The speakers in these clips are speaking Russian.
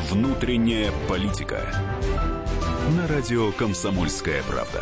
Внутренняя политика. На радио «Комсомольская правда».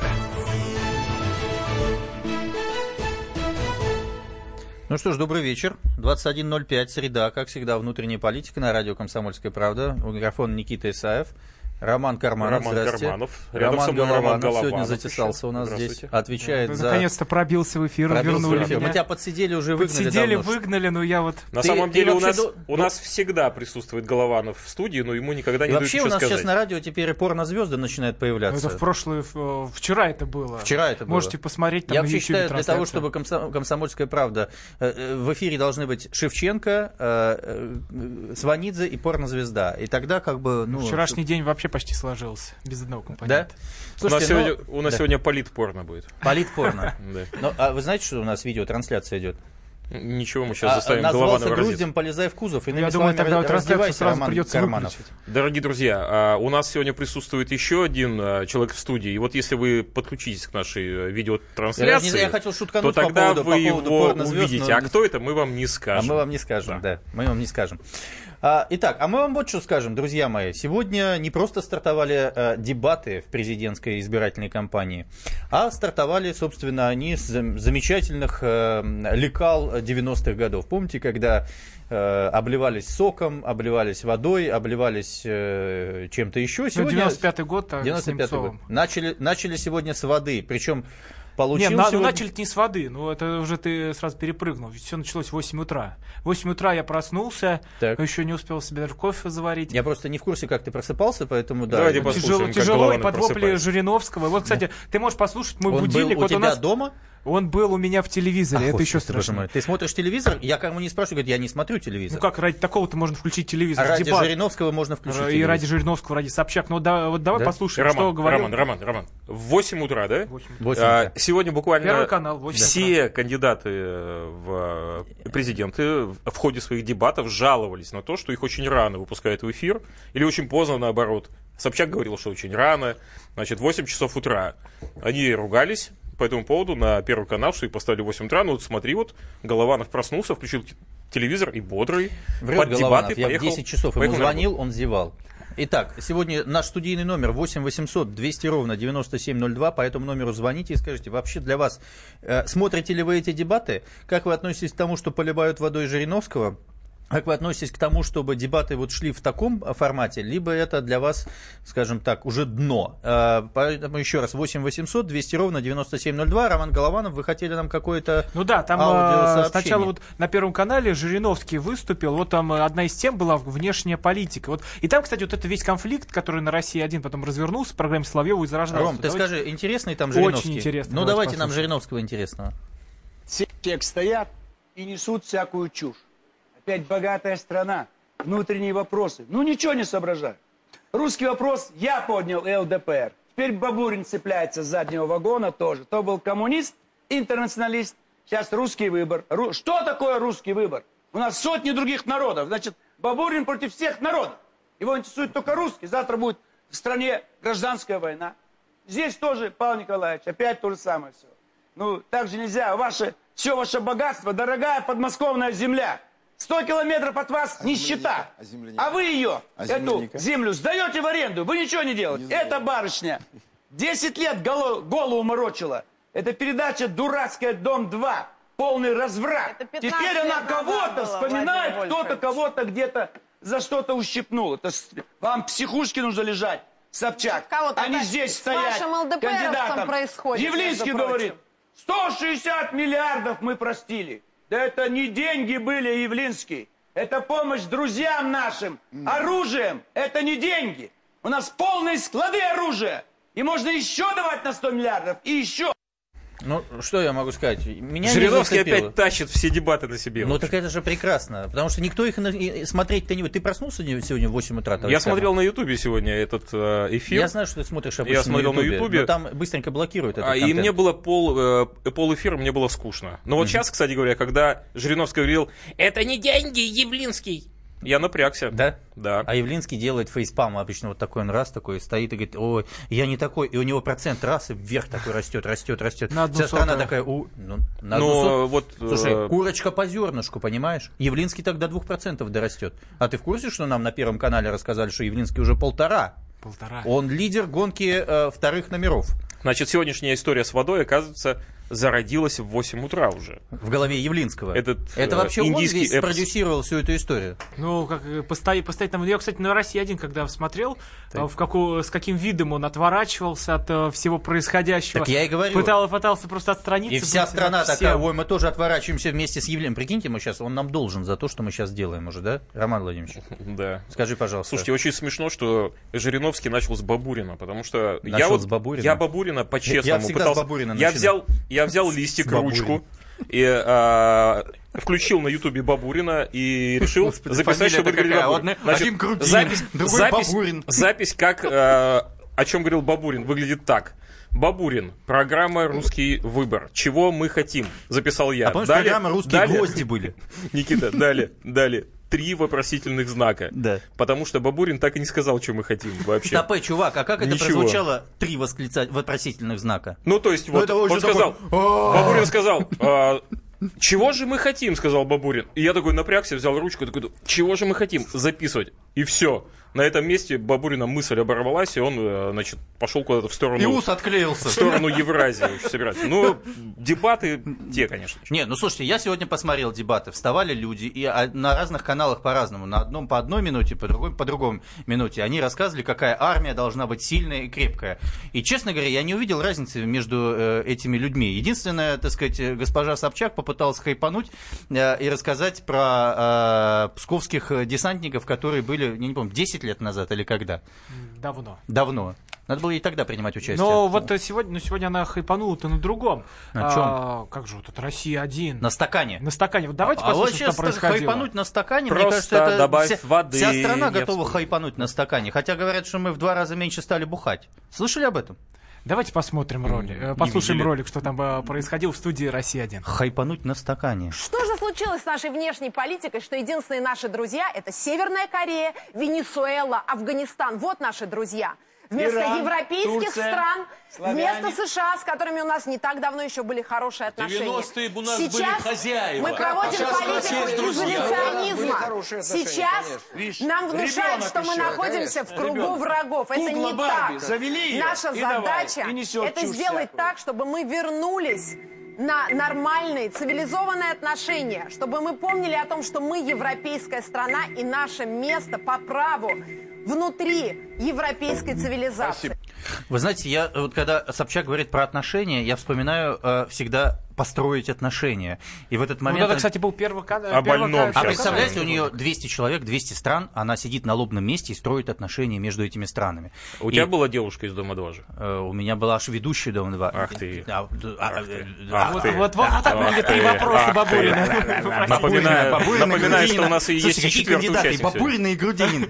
Ну что ж, добрый вечер. 21:05, среда, как всегда, внутренняя политика на радио «Комсомольская правда». У микрофона Никита Исаев. Роман Карманов, здравствуйте. Роман Голованов сегодня затесался у нас здесь, отвечает за... Наконец-то пробился в эфир, вернули меня. Мы тебя подсидели, уже выгнали Подсидели, давно. выгнали, но я вот... На самом деле у нас всегда присутствует Голованов в студии, но ему никогда не дают вообще что сказать. Вообще у нас сейчас на радио теперь и порнозвезды начинают появляться. Это вчера это было. Вчера это было. Можете посмотреть там я на вообще YouTube считаю, для того, трансляцию. чтобы «Комсомольская правда», в эфире должны быть Шевченко, Сванидзе и порнозвезда. И тогда как бы... Вчерашний день вообще почти сложился. Без одного компонента. Да? Слушайте, у нас сегодня политпорно будет. Политпорно. А вы знаете, что у нас видеотрансляция идет? Ничего, мы сейчас заставим Голованова назвался раздеться. груздем, полезай в кузов. Я думаю, тогда трансляцию сразу придется выключить. Дорогие друзья, у нас сегодня присутствует еще один человек в студии. И вот если вы подключитесь к нашей видеотрансляции, я хотел шуткануть то тогда по вы поводу его порнозвезд, увидите. А кто это, мы вам не скажем. Мы вам не скажем, да. Мы вам не скажем. Итак, мы вам вот что скажем, друзья мои. Сегодня не просто стартовали дебаты в президентской избирательной кампании, а стартовали, собственно, они с замечательных лекал 90-х годов. Помните, когда обливались соком, обливались водой, обливались чем-то еще? Сегодня 95-й год, 95-й год. Начали сегодня с воды, причем... начали не с воды, это уже ты сразу перепрыгнул, ведь все началось в 8 утра. В 8 утра я проснулся, еще не успел себе даже кофе заварить. Я просто не в курсе, как ты просыпался, поэтому да. Давайте послушаем, тяжело и под вопли Жириновского. Вот, кстати, ты можешь послушать мой будильник. Он был у тебя дома? Он был у меня в телевизоре, это еще страшнее. Ты смотришь телевизор? Я кому не спрашиваю, говорит, я не смотрю телевизор. Как, ради такого-то можно включить телевизор? А ради Жириновского можно включить телевизор. И ради Жириновского, ради Собчак. Давай послушаем, что говорил. Роман, в 8 утра, да? 8 утра. Сегодня буквально Первый канал, 8 все кандидаты в президенты в ходе своих дебатов жаловались на то, что их очень рано выпускают в эфир, или очень поздно, наоборот. Собчак говорил, что очень рано, 8 часов утра. Они ругались по этому поводу на Первый канал, что их поставили в 8 утра. Смотри, Голованов проснулся, включил телевизор и бодрый. Врет Голованов, я в 10 часов ему звонил, он зевал. Итак, сегодня наш студийный номер 8 800 200 ровно 9702. По этому номеру звоните и скажите, вообще для вас, смотрите ли вы эти дебаты? Как вы относитесь к тому, что поливают водой Жириновского? Как вы относитесь к тому, чтобы дебаты шли в таком формате, либо это для вас, скажем так, уже дно? Поэтому еще раз, 8 800 200 ровно 9702. Роман Голованов, вы хотели нам какое-то там сначала на Первом канале Жириновский выступил, там одна из тем была внешняя политика. И там, кстати, это весь конфликт, который на «России-1» потом развернулся, в программе Соловьева и зарождался. Ром, ты скажи, интересный там Жириновский? Очень интересно. Давайте нам Жириновского интересного. Все стоят и несут всякую чушь. Опять богатая страна, внутренние вопросы. Ничего не соображаю. Русский вопрос я поднял, ЛДПР. Теперь Бабурин цепляется с заднего вагона тоже. То был коммунист, интернационалист, сейчас русский выбор. Что такое русский выбор? У нас сотни других народов. Значит, Бабурин против всех народов. Его интересует только русский. Завтра будет в стране гражданская война. Здесь тоже, Павел Николаевич, опять то же самое все. Так же нельзя. Все ваше богатство, дорогая подмосковная земля. 100 километров от вас нищета. А вы ее, эту землю, сдаете в аренду. Вы ничего не делаете. Эта барышня 10 лет голову морочила. Это передача «Дурацкая, Дом-2». Полный разврат. Теперь она кого-то вспоминает, кто-то кого-то где-то за что-то ущипнул. Это вам в психушке нужно лежать, Собчак. Они здесь стоят кандидатом. Явлинский говорит, 160 миллиардов мы простили. Да это не деньги были, Явлинский. Это помощь друзьям нашим. Оружием. Это не деньги. У нас полные склады оружия. И можно еще давать на 100 миллиардов. И еще. Что я могу сказать? Меня Жириновский опять тащит все дебаты на себе. Так это же прекрасно. Потому что никто их смотреть-то не будет. Ты проснулся сегодня в 8 утра? Я смотрел на Ютубе сегодня этот эфир. Я знаю, что ты смотришь обычно я смотрел на Ютубе. Но там быстренько блокируют этот контент. И мне было полэфира, мне было скучно. Но сейчас, кстати говоря, когда Жириновский говорил, это не деньги, Явлинский. Я напрягся. Да? Да. А Явлинский делает фейспалм обычно вот такой, он раз такой стоит и говорит, ой, я не такой, и у него процент раз и вверх такой растет. Вся страна такая, Слушай, курочка по зернышку, понимаешь? Явлинский тогда 2% дорастет. А ты в курсе, что нам на Первом канале рассказали, что Явлинский уже 1,5%? Он лидер гонки вторых номеров. Значит, сегодняшняя история с водой, оказывается, зародилась в 8 утра уже. В голове Явлинского. Это вообще он весь продюсировал всю эту историю. Ну, как постоять там. Я, кстати, на «Россия-1», когда смотрел, с каким видом он отворачивался от всего происходящего. Так я и говорю. Пытался просто отстраниться. И вся страна такая, ой, мы тоже отворачиваемся вместе с Явлиным. Прикиньте, он нам должен за то, что мы сейчас делаем уже, да, Роман Владимирович? Да. Скажи, пожалуйста. Слушайте, очень смешно, что Жириновский начал с Бабурина, потому что с Бабурина? Я Бабурина по-честному пытался. Я взял листик, ручку и включил на Ютубе Бабурина и решил записать, чтобы говорил Бабурин. Один Грудинин, другой Бабурин. Запись, как о чем говорил Бабурин, выглядит так. Бабурин, программа «Русский выбор». Чего мы хотим? Записал я. А помнишь, программа «Русские гвозди» были? Никита, далее. 3 вопросительных знака. Да. Потому что Бабурин так и не сказал, что мы хотим вообще. Стоп, чувак, а как это прозвучало 3 вопросительных знака? Ну, то есть, вот он сказал, Бабурин сказал, чего же мы хотим, сказал Бабурин. И я такой напрягся, взял ручку, такой, чего же мы хотим? Записывать. И все. На этом месте Бабурина мысль оборвалась, и он, значит, пошел куда-то в сторону... И ус отклеился. В сторону Евразии собираться. Ну, дебаты те, конечно. Нет, слушайте, я сегодня посмотрел дебаты. Вставали люди, и на разных каналах по-разному. На одном по одной минуте, по другой минуте. Они рассказывали, какая армия должна быть сильная и крепкая. И, честно говоря, я не увидел разницы между этими людьми. Единственное, так сказать, госпожа Собчак попыталась хайпануть и рассказать про псковских десантников, которые были, я не помню, 10 лет назад или когда? Давно. Надо было и тогда принимать участие. Но вот сегодня она хайпанула-то на другом. На чем? Как же вот это «Россия-1». На стакане. Вот давайте послушаем, что там происходило. Хайпануть на стакане, просто мне кажется, это добавь воды. Вся страна готова хайпануть на стакане. Хотя говорят, что мы в 2 раза меньше стали бухать. Слышали об этом? Давайте посмотрим послушаем ролик, что там происходило в студии «Россия-1». Хайпануть на стакане. Что же случилось с нашей внешней политикой, что единственные наши друзья — это Северная Корея, Венесуэла, Афганистан. Вот наши друзья. Вместо Иран, европейских Турция, стран, славяне. Вместо США, с которыми у нас не так давно еще были хорошие отношения. 90-е у нас Сейчас были хозяева. мы проводим политику изоляционизма. Сейчас нам внушают, что мы находимся в кругу врагов. Это не так. Наша задача — это сделать так, чтобы мы вернулись на нормальные, цивилизованные отношения, чтобы мы помнили о том, что мы европейская страна и наше место по праву внутри европейской цивилизации. Вы знаете, когда Собчак говорит про отношения, я вспоминаю всегда построить отношения. И в этот момент... это, кстати, был первый канал. А представляете, у нее 200 человек, 200 стран, она сидит на лобном месте и строит отношения между этими странами. У тебя была девушка из «Дома 2» же? У меня была аж ведущая «Дома 2». Ах ты. Вот так выглядят 3 вопроса Бабурина. Напоминаю, что у нас и есть и 4-й участник. Бабурина и Грудинин.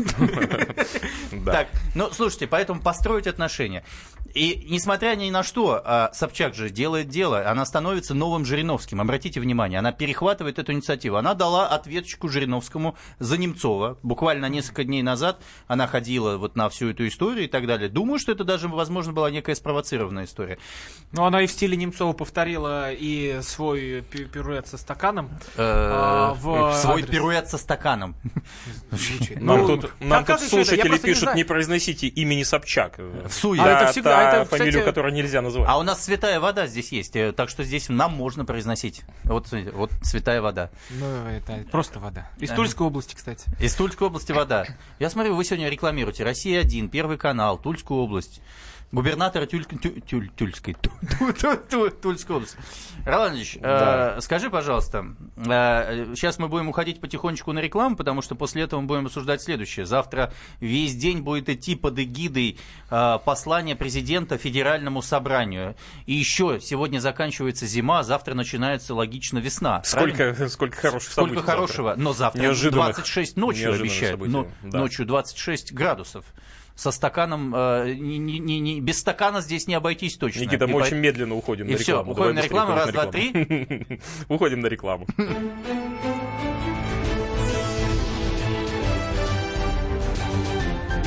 Так, слушайте, поэтому построить отношения. И несмотря ни на что, Собчак же делает дело, она становится новым Жириновским. Обратите внимание, она перехватывает эту инициативу. Она дала ответочку Жириновскому за Немцова. Буквально несколько дней назад она ходила вот на всю эту историю и так далее. Думаю, что это даже, возможно, была некая спровоцированная история. Но она и в стиле Немцова повторила и свой пируэт со стаканом. Свой пируэт со стаканом. Нам тут слушатели пишут, не произносите имени Собчак. Это фамилию, которую нельзя называть. А у нас святая вода здесь есть, так что здесь нам можно произносить. Вот, смотрите, вот святая вода. Это просто вода. Из Тульской области, кстати. Из Тульской области вода. Я смотрю, вы сегодня рекламируете «Россия-1», Первый канал, Тульскую область. Губернатора Тульской области. Роман Ильич, скажи, пожалуйста, сейчас мы будем уходить потихонечку на рекламу, потому что после этого мы будем обсуждать следующее. Завтра весь день будет идти под эгидой послание президента Федеральному собранию. И еще сегодня заканчивается зима, завтра начинается, логично, весна. Сколько хороших событий. Сколько хорошего, но завтра 26 ночью обещают. Ночью 26 градусов. Со стаканом, без стакана здесь не обойтись точно. Никита, мы очень медленно уходим на рекламу. И все, уходим на рекламу, раз, два, три. Уходим на рекламу.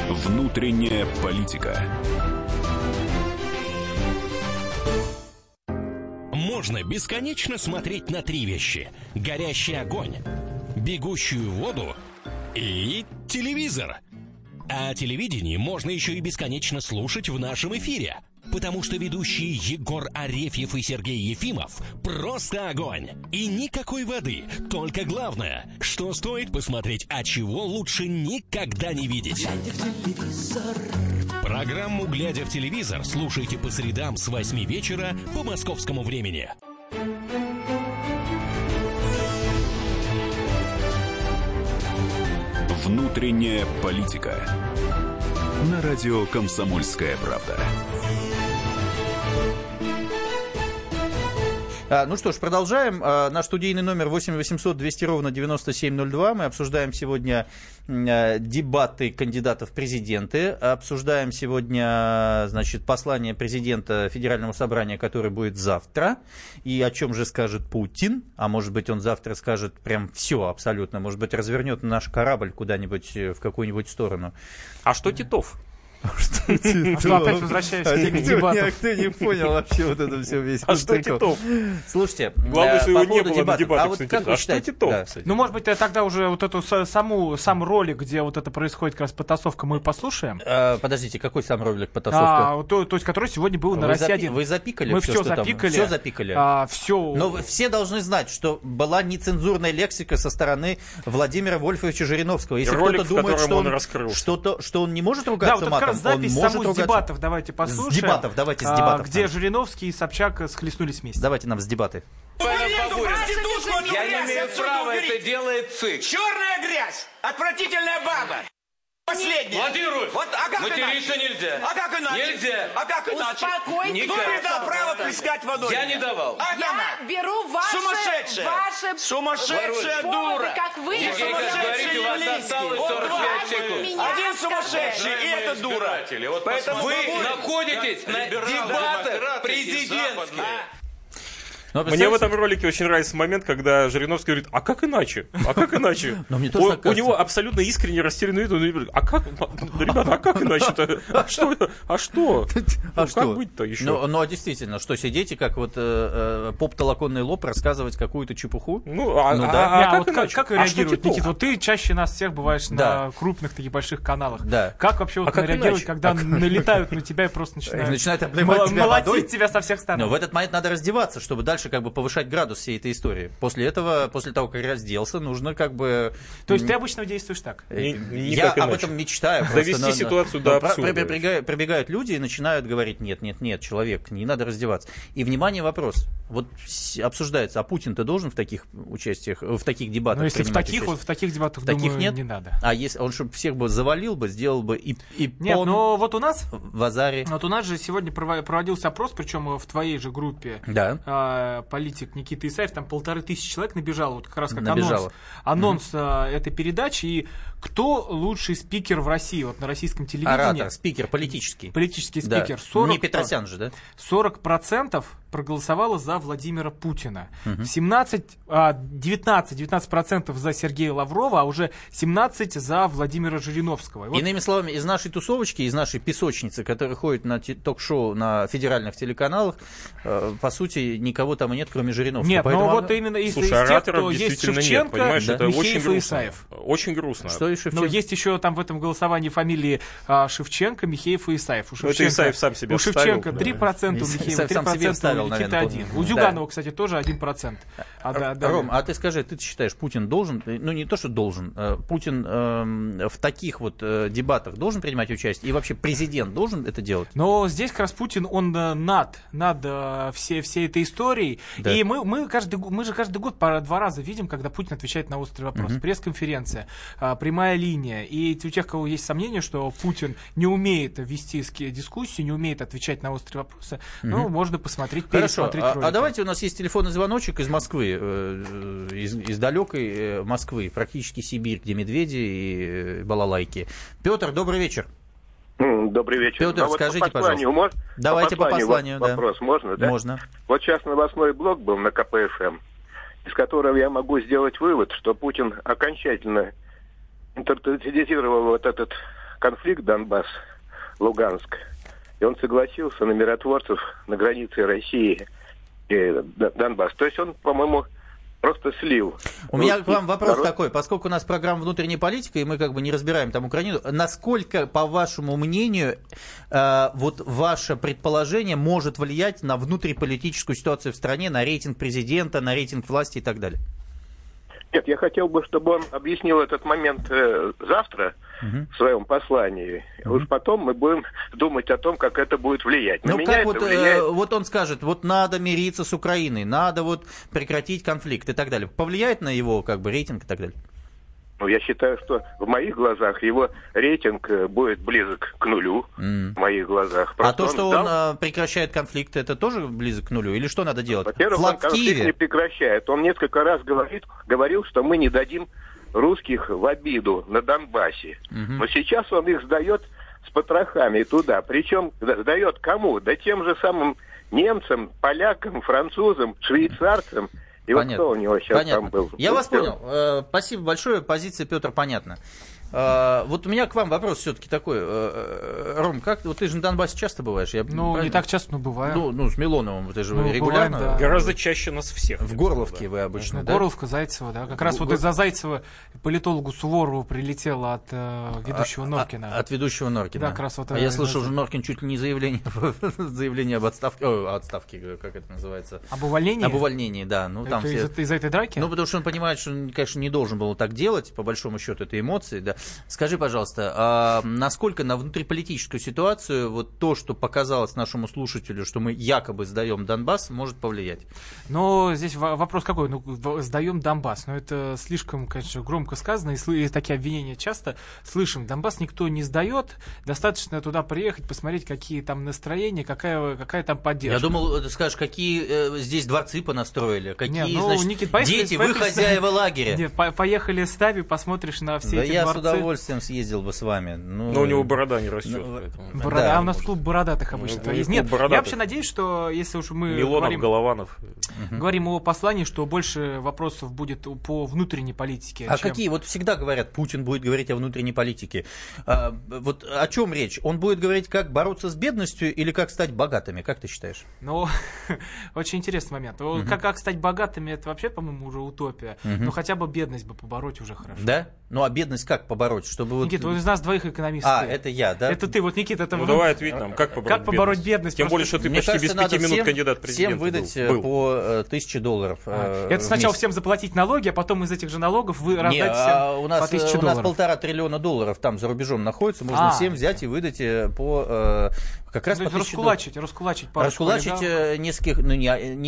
Внутренняя политика. Можно бесконечно смотреть на три вещи: горящий огонь, бегущую воду и телевизор. А телевидение можно еще и бесконечно слушать в нашем эфире, потому что ведущие Егор Арефьев и Сергей Ефимов просто огонь. И никакой воды, только главное, что стоит посмотреть, а чего лучше никогда не видеть. Глядя в телевизор. Программу «Глядя в телевизор» слушайте по средам с 8 вечера по московскому времени. Внутренняя политика. На радио «Комсомольская правда». Ну что ж, продолжаем. Наш студийный номер 8 800 200 ровно 9702. Мы обсуждаем сегодня дебаты кандидатов в президенты. Обсуждаем сегодня, значит, послание президента Федеральному собранию, которое будет завтра. И о чем же скажет Путин. А может быть, он завтра скажет прям все абсолютно. Может быть, развернет наш корабль куда-нибудь в какую-нибудь сторону. А что Титов? Что опять возвращаемся к теме дебатов. Никто не понял вообще вот это все весь. А что Титов? Слушайте, главное, что его не было на дебатах, кстати. А что Титов? Ну, может быть, тогда уже вот эту сам ролик, где вот это происходит, как раз потасовка, мы послушаем. Подождите, какой сам ролик потасовка? То есть, который сегодня был на России-1. Вы запикали? Мы все запикали. Все запикали. Но все должны знать, что была нецензурная лексика со стороны Владимира Вольфовича Жириновского. Если кто-то думает, что он не может ругаться матом, запись саму с дебатов давайте послушаем. С дебатов, давайте с дебатов. Где Жириновский и Собчак схлестнулись вместе. Давайте нам с дебаты. Я не имею права, это делает ЦИК. Черная грязь, отвратительная баба. Последняя. Владимир Вольфович, материться нельзя. А как иначе? Нельзя. А как иначе? Успокойтесь. Кто мне дал право плескать водой? Я не давал. Я беру ваши... Сумасшедшая дура. Как вы... Сергей, как говорите, у вас осталось 45 секунд. Один сумасшедший, и это дура. Поэтому вы находитесь на дебатах президентских. Мне в этом ролике очень нравится момент, когда Жириновский говорит: а как иначе? А как иначе? У него абсолютно искренне растерянный вид. Он говорит: а как, ребята, а как иначе-то? А что? А что? Как быть-то еще? Ну, а действительно, что сидеть и как вот поп-толоконный лоб рассказывать какую-то чепуху? Как реагирует, Никита? Вот ты чаще нас всех бываешь на крупных таких больших каналах. Как вообще реагирует, когда налетают на тебя и просто начинают молотить тебя со всех сторон? В этот момент надо раздеваться, чтобы дальше как бы повышать градус всей этой истории. После того, как разделся, нужно как бы... То есть ты обычно действуешь так? Я об этом мечтаю. Довести ситуацию до абсурда. Прибегают люди и начинают говорить: нет, человек, не надо раздеваться. И, внимание, вопрос. Вот обсуждается, а Путин-то должен в таких участиях, в таких дебатах принимать участие? В таких дебатах, думаю, нет? Не надо. А если он чтобы всех бы завалил бы, сделал бы и Нет, но вот у нас... В Азаре. Вот у нас же сегодня проводился опрос, причем в твоей же группе. Да. Политик Никита Исаев, там 1500 человек набежало, вот как раз как анонс этой передачи. И кто лучший спикер в России, вот на российском телевидении? Оратор, спикер, политический. Политический спикер. Да. Не Петросян же, да? 40% проголосовало за Владимира Путина. 19% за Сергея Лаврова, а уже 17% за Владимира Жириновского. Вот. Иными словами, из нашей тусовочки, из нашей песочницы, которая ходит на ток-шоу на федеральных телеканалах, по сути, никого там и нет, кроме Жириновского. Нет, но вот именно из тех, кто есть Шевченко, Михеев и Исаев. Очень грустно. Что и Шевченко? Но есть еще там в этом голосовании фамилии Шевченко, Михеев и Исаев. Это Исаев сам себе у Шевченко 3%, у Михеева 3%, у Никиты 1%. У Зюганова, кстати, тоже 1%. Ром, а ты скажи, ты считаешь, Путин должен, ну не то, что должен, Путин в таких вот дебатах должен принимать участие? И вообще президент должен это делать? Но здесь как раз Путин, он над всей этой историей. Да. И мы же каждый год по 2 раза видим, когда Путин отвечает на острый вопрос. Пресс-конференция, прямая линия. И у тех, у кого есть сомнения, что Путин не умеет вести дискуссию, не умеет отвечать на острые вопросы, ну, можно посмотреть, пересмотреть ролики. А давайте, у нас есть телефонный звоночек из Москвы, из далекой Москвы, практически Сибирь, где медведи и балалайки. Петр, добрый вечер. Добрый вечер. Петр, скажите, пожалуйста. Давайте по посланию. Вопрос можно, да? Можно. Вот сейчас новостной блок был на КПФМ, из которого я могу сделать вывод, что Путин окончательно интерпретировал вот этот конфликт Донбасс-Луганск. И он согласился на миротворцев на границе России и Донбасс. То есть он, по-моему, просто слил. У меня к вам вопрос такой. Поскольку у нас программа «Внутренняя политика», и мы как бы не разбираем там Украину, насколько, по вашему мнению, вот ваше предположение может влиять на внутриполитическую ситуацию в стране, на рейтинг президента, на рейтинг власти и так далее? Нет, я хотел бы, чтобы он объяснил этот момент завтра в своем послании. Уж потом мы будем думать о том, как это будет влиять. На меня как это влияет... вот он скажет, вот надо мириться с Украиной, надо вот прекратить конфликт и так далее. Повлияет на его как бы рейтинг и так далее? Ну, я считаю, что в моих глазах его рейтинг будет близок к нулю. В моих глазах. Просто то, что он прекращает конфликт, это тоже близок к нулю? Или что надо делать? Во-первых, он конфликт не прекращает. Он несколько раз говорил, что мы не дадим русских в обиду на Донбассе. Но сейчас он их сдает с потрохами туда. Причем сдает кому? Да тем же самым немцам, полякам, французам, швейцарцам. И понятно. Вот кто у него сейчас там был? Я вас понял. Спасибо большое. Позиция, Петр, понятна. Вот у меня к вам вопрос все-таки такой. Ром, как вот ты же на Донбассе часто бываешь? Не так часто, но бываю. Ну, с Милоновым ты же регулярно. Бывает, да. Гораздо чаще нас всех. В Горловке вы обычно, да? Горловка, Зайцево, да. Как раз вот из-за Зайцева политологу Суворову прилетело от ведущего Норкина. От ведущего Норкина. Да, как раз вот. А я слышал, что Норкин чуть ли не заявление об отставке, как это называется? Об увольнении? Об увольнении, да. Ну, там из-за этой драки? Ну, потому что он понимает, что он, конечно, не должен был так делать, по большому счету, это эмоции, да. Скажи, пожалуйста, насколько на внутриполитическую ситуацию вот то, что показалось нашему слушателю, что мы якобы сдаем Донбасс, может повлиять? Но здесь вопрос какой? Ну, сдаем Донбасс. Но это слишком, конечно, громко сказано, и такие обвинения часто слышим. Донбасс никто не сдает, достаточно туда приехать, посмотреть, какие там настроения, какая там поддержка. Я думал, ты скажешь, какие здесь дворцы понастроили, какие, значит, Никит, дети, вы хозяева лагеря. Нет, поехали с Тави, посмотришь на все эти я дворцы. С удовольствием съездил бы с вами. Но у него борода не растет. Борода, а у нас клуб бородатых обычно есть. Нет, я вообще надеюсь, что если уж мы Милонов, Голованов. Говорим о послании, что больше вопросов будет по внутренней политике. Какие? Вот всегда говорят, Путин будет говорить о внутренней политике. Вот о чем речь? Он будет говорить, как бороться с бедностью или как стать богатыми? Как ты считаешь? Ну, очень интересный момент. Как стать богатыми, это вообще, по-моему, уже утопия. Но хотя бы бедность бы побороть уже хорошо. Да? Ну, а бедность как побороть? Чтобы Никита, вот из нас двоих экономистов. Это я, да? Это ты, вот, Никита. Это давай ответь нам, как побороть бедность? Тем более, что ты почти без 5 минут кандидат в президенты всем выдать по $1000. Это сначала всем заплатить налоги, а потом из этих же налогов вы раздать всем по $1000. У нас $1,5 триллиона там за рубежом находится, можно всем взять и выдать по как раз по $1000. Раскулачить нескольких, ну,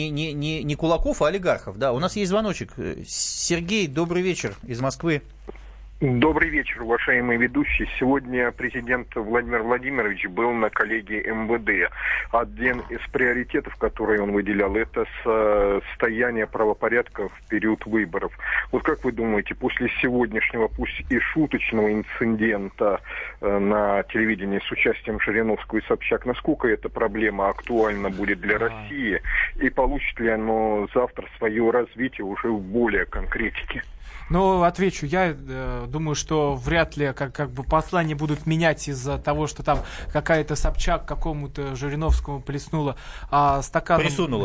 не кулаков, а олигархов. Да, у нас есть звоночек. Сергей, добрый вечер из Москвы. Добрый вечер, уважаемые ведущие. Сегодня президент Владимир Владимирович был на коллегии МВД. Один из приоритетов, которые он выделял, это состояние правопорядка в период выборов. Вот как вы думаете, после сегодняшнего, пусть и шуточного инцидента на телевидении с участием Жириновского и Собчак, насколько эта проблема актуальна будет для России? И получит ли оно завтра свое развитие уже в более конкретике? Ну, отвечу. Я думаю, что вряд ли как бы послания будут менять из-за того, что там какая-то Собчак какому-то Жириновскому плеснула стаканом...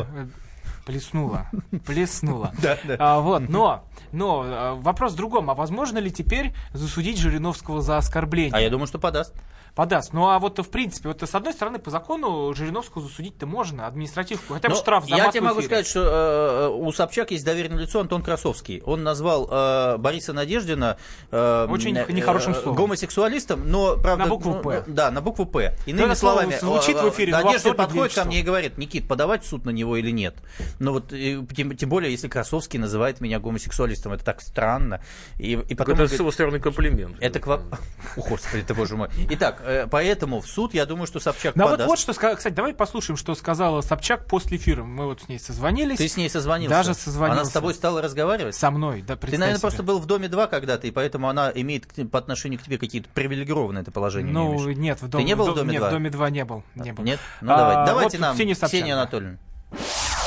Плеснула. Да. Вот, но вопрос в другом. А возможно ли теперь засудить Жириновского за оскорбление? А я думаю, что подаст. Ну, а вот в принципе, вот с одной стороны, по закону Жириновского засудить-то можно, административку, хотя бы штраф за Я тебе могу сказать, что у Собчак есть доверенное лицо Антон Красовский. Он назвал Бориса Надеждина очень нехорошим словом. Гомосексуалистом, но, правда... На букву «П». Да, на букву «П». Иными словами, звучит в эфире, Надеждин подходит ко мне и говорит: Никит, подавать в суд на него или нет? Ну вот, тем более, если Красовский называет меня гомосексуалистом, это так странно. И потом это с его стороны комплимент. Господи ты, боже мой. Итак, поэтому в суд, я думаю, что Собчак подаст. Вот что, кстати, давай послушаем, что сказала Собчак после эфира. Мы вот с ней созвонились. Ты с ней созвонился? Даже созвонился. Она с тобой стала разговаривать? Со мной, да, Ты, наверное, просто был в Доме-2 когда-то, и поэтому она имеет по отношению к тебе какие-то привилегированные это положение. Ну, нет, Ты не был в Доме-2? Нет, в Доме-2 не был. Нет? Ну, давайте нам, Ксения Анатольевна.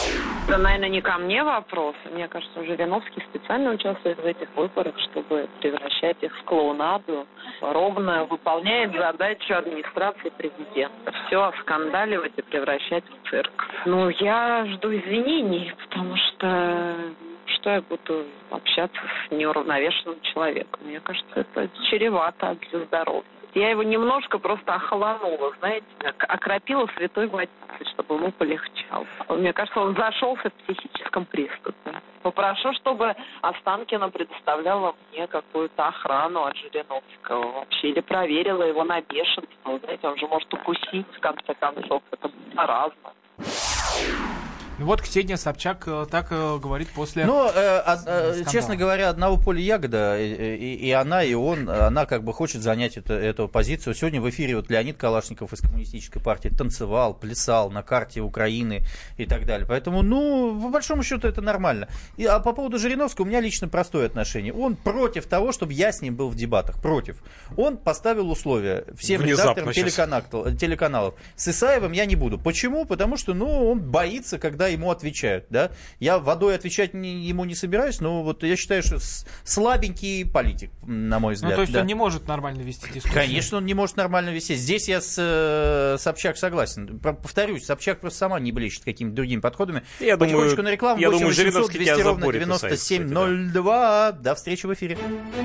Это, наверное, не ко мне вопрос. Мне кажется, Жириновский специально участвует в этих выборах, чтобы превращать их в клоунаду. Ровно выполняет задачу администрации президента. Все оскандаливать и превращать в цирк. Ну, я жду извинений, потому что я буду общаться с неуравновешенным человеком. Мне кажется, это чревато для здоровья. Я его немножко просто охолонула, знаете, окропила святой водицей, чтобы ему полегчало. Мне кажется, он зашелся в психическом приступе. Попрошу, чтобы Останкина предоставляла мне какую-то охрану от Жириновского вообще, или проверила его на бешенство. Знаете, он же может укусить, в конце концов. Это заразно. Ну вот Ксения Собчак так говорит после... Ну, честно говоря, одного поля ягода, и она, и он, она как бы хочет занять эту позицию. Сегодня в эфире вот Леонид Калашников из Коммунистической партии танцевал, плясал на карте Украины и так далее. Поэтому, ну, по большому счету, это нормально. А по поводу Жириновского у меня лично простое отношение. Он против того, чтобы я с ним был в дебатах. Против. Он поставил условия всем редакторам телеканалов. С Исаевым я не буду. Почему? Потому что, ну, он боится, когда ему отвечают, да. Я водой отвечать ему не собираюсь, но вот я считаю, что слабенький политик, на мой взгляд. Ну, то есть он не может нормально вести дискуссию? Конечно, он не может нормально вести. Здесь я с Собчак согласен. Повторюсь, Собчак просто сама не блещет какими-то другими подходами. Потихонечку на рекламу. 8-800-200-97-02. До встречи в эфире.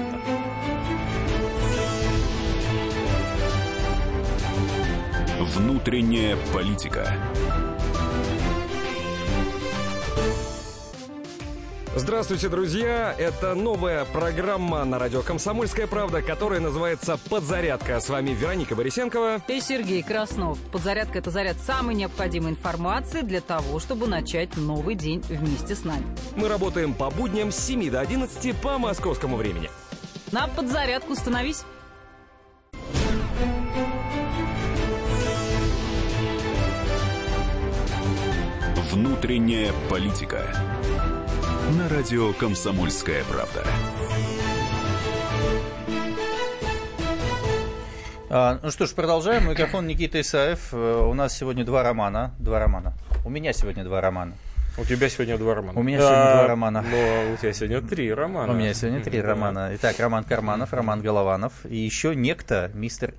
Внутренняя политика. Здравствуйте, друзья! Это новая программа на радио «Комсомольская правда», которая называется «Подзарядка». С вами Вероника Борисенкова и Сергей Краснов. Подзарядка – это заряд самой необходимой информации для того, чтобы начать новый день вместе с нами. Мы работаем по будням с 7 до 11 по московскому времени. На подзарядку становись. Внутренняя политика. На радио «Комсомольская правда». Ну что ж, продолжаем. Микрофон Никита Исаев. У нас сегодня два романа. У меня сегодня два романа. У тебя сегодня два романа. У меня сегодня два романа. Но у тебя сегодня три романа. У меня сегодня три романа. Итак, Роман Карманов, Роман Голованов и еще некто мистер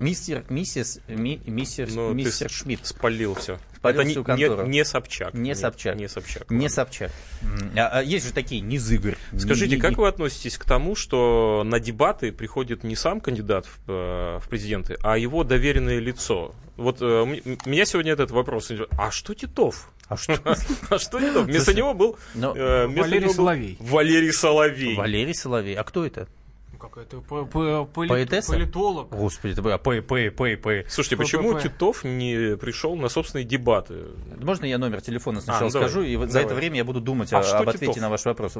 Шмидт. Спалил все. Это не Собчак. Не Собчак. Есть же такие низыгры. Скажите, как вы относитесь к тому, что на дебаты приходит не сам кандидат в президенты, а его доверенное лицо? Вот меня сегодня этот вопрос. А что Титов? А что Титов? Вместо него был Валерий Соловей. Валерий Соловей. А кто это? Какой-то политолог. Господи, Слушайте, почему Титов не пришел на собственные дебаты? Можно я номер телефона сначала скажу, и за это время я буду думать об ответе на ваш вопрос.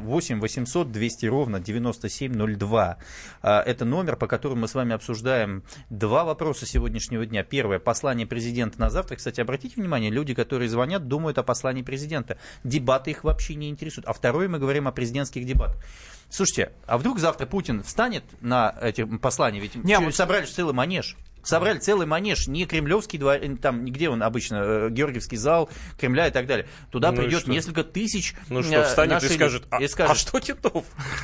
8-800-200-97-02. Это номер, по которому мы с вами обсуждаем два вопроса сегодняшнего дня. Первое, послание президента на завтра. Кстати, обратите внимание, люди, которые звонят, думают о послании президента. Дебаты их вообще не интересуют. А второе, мы говорим о президентских дебатах. Слушайте, а вдруг завтра Путин встанет на эти послания? Ведь собрали целый манеж. Собрали целый манеж, не Кремлевский двор, там, где он обычно, Георгиевский зал Кремля и так далее. Туда придет несколько тысяч. Ну что, встанет и скажет, а что Титов?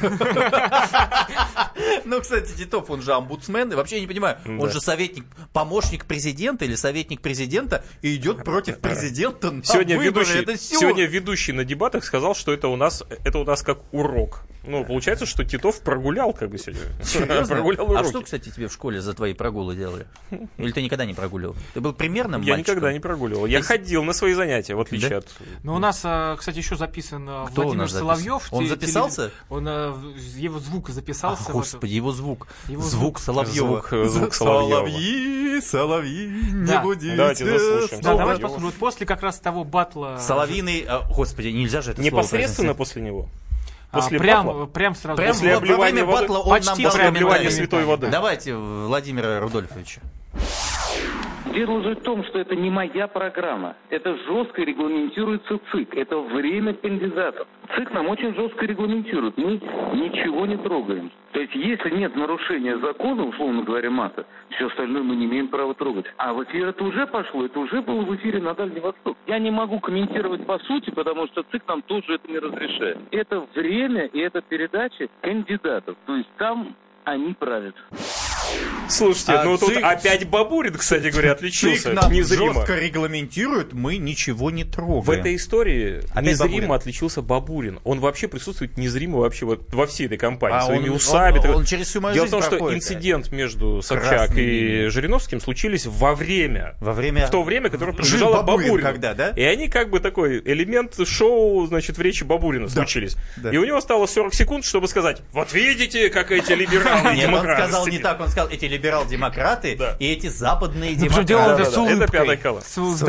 Ну, кстати, Титов, он же омбудсмен, и вообще я не понимаю, он же советник, помощник президента или советник президента, и идет против президента на выборы. Сегодня ведущий на дебатах сказал, что это у нас как урок. Ну, получается, что Титов прогулял как бы сегодня. Прогулял уроки. А что, кстати, тебе в школе за твои прогулы делали? Или ты никогда не прогуливал? Ты был примерным мальчиком? Я никогда не прогуливал. Я ходил на свои занятия, в отличие от... Ну, у нас, кстати, еще записан Владимир Соловьев. Он записался? Он, его звук записался. Господи, его звук. Звук Соловьева. Звук Соловьева. Соловьи, не будите. Давайте заслушаем. Да, давайте послушаем. После как раз того батла... Соловьиный, господи, нельзя же это слово непосредственно после него. Прям сразу. После обливания батла он нам дал обливания святой воды. Давайте Владимира Рудольфовича. Дело же в том, что это не моя программа. Это жестко регламентируется ЦИК. Это время кандидатов. ЦИК нам очень жестко регламентирует. Мы ничего не трогаем. То есть, если нет нарушения закона, условно говоря, МАТа, все остальное мы не имеем права трогать. А в эфир это уже пошло, это уже было в эфире на Дальний Восток. Я не могу комментировать по сути, потому что ЦИК нам тоже это не разрешает. Это время и это передача кандидатов. То есть, там они правят. Слушайте, тут опять Бабурин, кстати говоря, отличился. ЦИК нам незримо. жестко регламентирует, мы ничего не трогаем. В этой истории опять незримо Бабурин. Отличился Бабурин. Он вообще присутствует незримо вообще вот во всей этой кампании. Своими усами. Он через всю мою Дело в жизнь том, что проходит. инцидент между Собчак и Жириновским случились во время. В то время, которое принадлежало Бабурину. Когда, да? И они как бы такой элемент шоу, значит, в речи Бабурина случились. Да. И у него осталось 40 секунд, чтобы сказать: вот видите, как эти либералы Нет, он сказал не так, он сказал: эти либерал-демократы и эти западные демократы. Это пятая колонна.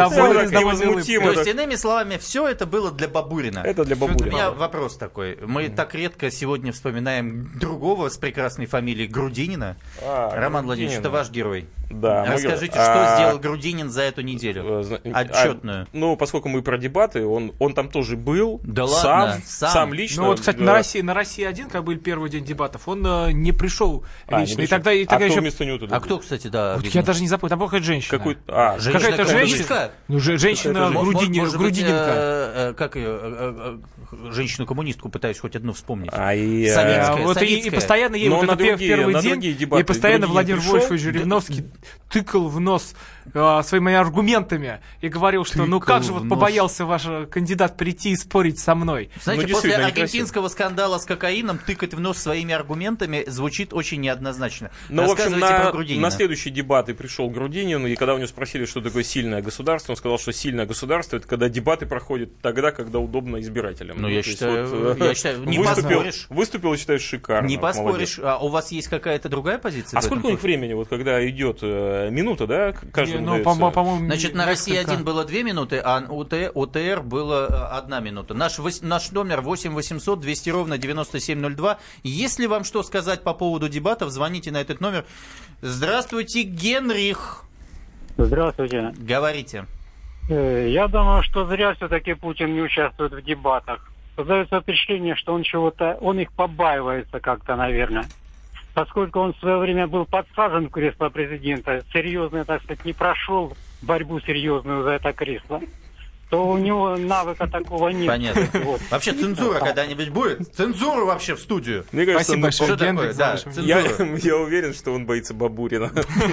То есть, иными словами, все это было для Бабурина. Это для Бабурина. У меня вопрос такой. Мы так редко сегодня вспоминаем другого с прекрасной фамилией Грудинина. Роман Владимирович, это ваш герой. Да. Расскажите, что сделал Грудинин за эту неделю? Отчетную. Поскольку мы про дебаты, он там тоже был. Да ладно? Сам лично. Ну вот, кстати, на России-1, как был первый день дебатов, он не пришел лично. И тогда кто еще... вместо него туда? Кто, кстати, да? Вот я даже не запомнил, там была какая-то женщина. Какая-то женщина? Ну, женщина Грудиненко. Как ее? Женщину-коммунистку пытаюсь хоть одну вспомнить. Советская. И постоянно ей вот это первый день, и постоянно Владимир Вольфович Жириновский тыкал в нос своими аргументами и говорил, что ну как же вот побоялся ваш кандидат прийти и спорить со мной. Знаете, после аргентинского скандала с кокаином тыкать в нос своими аргументами звучит очень неоднозначно. Ну, в общем, на следующие дебаты пришел Грудинин, и когда у него спросили, что такое сильное государство, он сказал, что сильное государство — это когда дебаты проходят тогда, когда удобно избирателям. Ну, я считаю, не поспоришь. Выступил, считаю, шикарно. Не поспоришь. А у вас есть какая-то другая позиция? А сколько у них времени, вот когда идет минута, да, каждому дается? По-моему, значит, на России-1 было 2 минуты, а ОТР было 1 минута. Наш номер 8 800 200 ровно 9702. Если вам что сказать по поводу дебатов, звоните на этот номер. Здравствуйте, Генрих. Здравствуйте. Говорите. Я думаю, что зря все-таки Путин не участвует в дебатах. Создается впечатление, что он их побаивается как-то, наверное. Поскольку он в свое время был подсажен в кресло президента, серьезно, так сказать, не прошел борьбу серьезную за это кресло, то у него навыка такого нет. Понятно. Вот. Вообще цензура когда-нибудь будет? Цензуру вообще в студию. Мне кажется, спасибо большое, что такое? Да, я уверен, что он боится Бабурина.